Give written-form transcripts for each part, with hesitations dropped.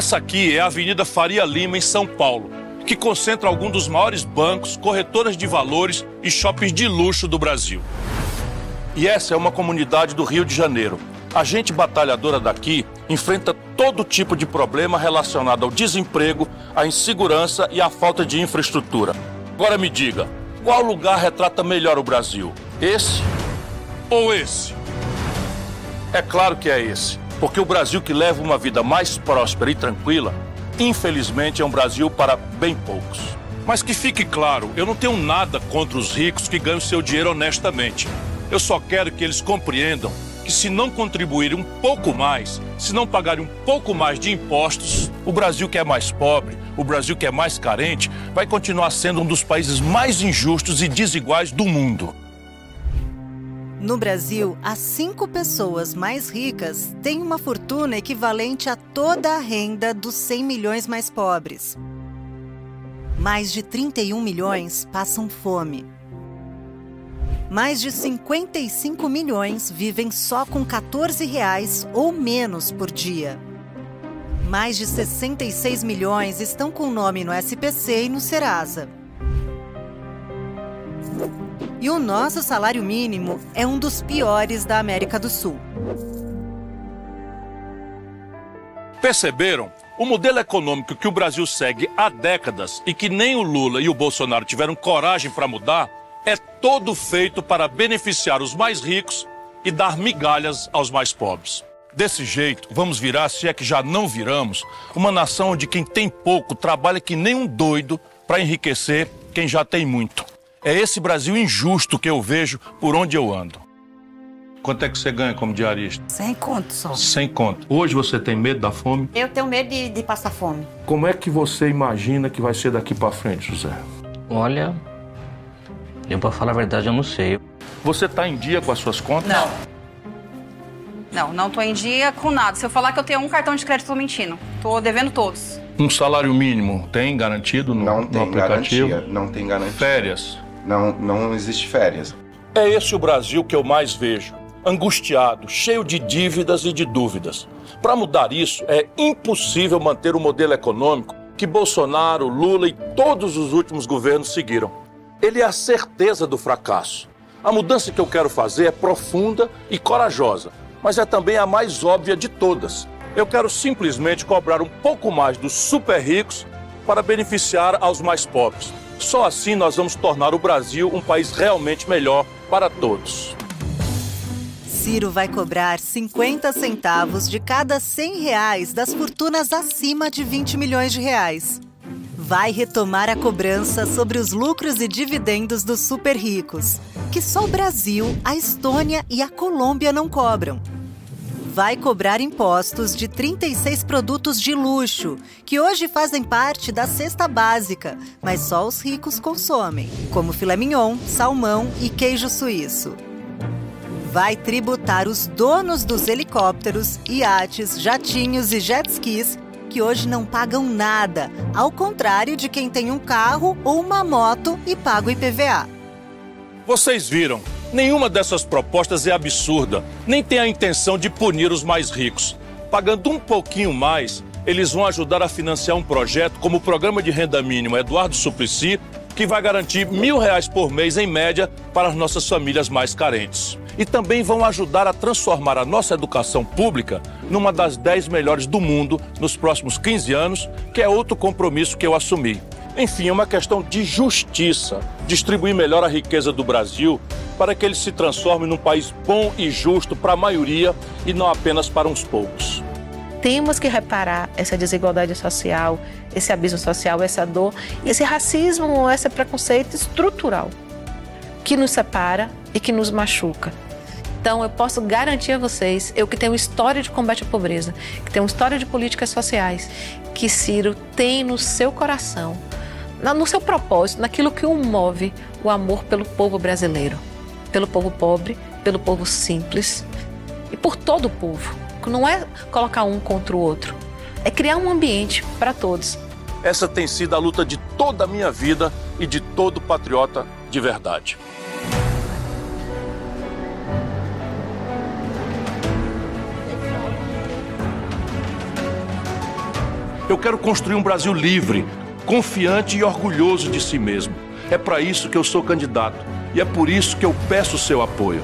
Essa aqui é a Avenida Faria Lima, em São Paulo, que concentra alguns dos maiores bancos, corretoras de valores e shoppings de luxo do Brasil. E essa é uma comunidade do Rio de Janeiro. A gente batalhadora daqui enfrenta todo tipo de problema relacionado ao desemprego, à insegurança e à falta de infraestrutura. Agora me diga, qual lugar retrata melhor o Brasil? Esse ou esse? É claro que é esse, porque o Brasil que leva uma vida mais próspera e tranquila, infelizmente é um Brasil para bem poucos. Mas que fique claro, eu não tenho nada contra os ricos que ganham seu dinheiro honestamente. Eu só quero que eles compreendam que se não contribuírem um pouco mais, se não pagarem um pouco mais de impostos, o Brasil que é mais pobre, o Brasil que é mais carente, vai continuar sendo um dos países mais injustos e desiguais do mundo. No Brasil, as 5 pessoas mais ricas têm uma fortuna equivalente a toda a renda dos 100 milhões mais pobres. Mais de 31 milhões passam fome. Mais de 55 milhões vivem só com R$14 ou menos por dia. Mais de 66 milhões estão com nome no SPC e no Serasa. E o nosso salário mínimo é um dos piores da América do Sul. Perceberam? O modelo econômico que o Brasil segue há décadas e que nem o Lula e o Bolsonaro tiveram coragem para mudar é todo feito para beneficiar os mais ricos e dar migalhas aos mais pobres. Desse jeito, vamos virar, se é que já não viramos, uma nação onde quem tem pouco trabalha que nem um doido para enriquecer quem já tem muito. É esse Brasil injusto que eu vejo por onde eu ando. Quanto é que você ganha como diarista? 100 conto só. 100 conto. Hoje você tem medo da fome? Eu tenho medo de passar fome. Como é que você imagina que vai ser daqui para frente, José? Olha, eu pra falar a verdade, eu não sei. Você tá em dia com as suas contas? Não tô em dia com nada. Se eu falar que eu tenho um cartão de crédito, tô mentindo. Tô devendo todos. Um salário mínimo tem garantido no aplicativo? Garantia, não tem garantia. Férias? Não existe férias. É esse o Brasil que eu mais vejo. Angustiado, cheio de dívidas e de dúvidas. Para mudar isso, é impossível manter o modelo econômico que Bolsonaro, Lula e todos os últimos governos seguiram. Ele é a certeza do fracasso. A mudança que eu quero fazer é profunda e corajosa, mas é também a mais óbvia de todas. Eu quero simplesmente cobrar um pouco mais dos super ricos para beneficiar aos mais pobres. Só assim nós vamos tornar o Brasil um país realmente melhor para todos. Ciro vai cobrar 50 centavos de cada R$100 das fortunas acima de 20 milhões de reais. Vai retomar a cobrança sobre os lucros e dividendos dos super ricos, que só o Brasil, a Estônia e a Colômbia não cobram. Vai cobrar impostos de 36 produtos de luxo, que hoje fazem parte da cesta básica, mas só os ricos consomem, como filé mignon, salmão e queijo suíço. Vai tributar os donos dos helicópteros, iates, jatinhos e jet skis, que hoje não pagam nada, ao contrário de quem tem um carro ou uma moto e paga o IPVA. Vocês viram? Nenhuma dessas propostas é absurda, nem tem a intenção de punir os mais ricos. Pagando um pouquinho mais, eles vão ajudar a financiar um projeto como o Programa de Renda Mínima Eduardo Suplicy, que vai garantir R$1.000 por mês em média para as nossas famílias mais carentes. E também vão ajudar a transformar a nossa educação pública numa das 10 melhores do mundo nos próximos 15 anos, que é outro compromisso que eu assumi. Enfim, é uma questão de justiça, distribuir melhor a riqueza do Brasil para que ele se transforme num país bom e justo para a maioria e não apenas para uns poucos. Temos que reparar essa desigualdade social, esse abismo social, essa dor, esse racismo, esse preconceito estrutural que nos separa e que nos machuca. Então, eu posso garantir a vocês, eu que tenho história de combate à pobreza, que tenho história de políticas sociais, que Ciro tem no seu coração, no seu propósito, naquilo que o move, o amor pelo povo brasileiro, pelo povo pobre, pelo povo simples e por todo o povo. Não é colocar um contra o outro, é criar um ambiente para todos. Essa tem sido a luta de toda a minha vida e de todo patriota de verdade. Eu quero construir um Brasil livre, confiante e orgulhoso de si mesmo. É para isso que eu sou candidato e é por isso que eu peço o seu apoio.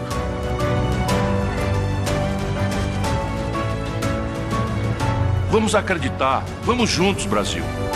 Vamos acreditar, vamos juntos, Brasil.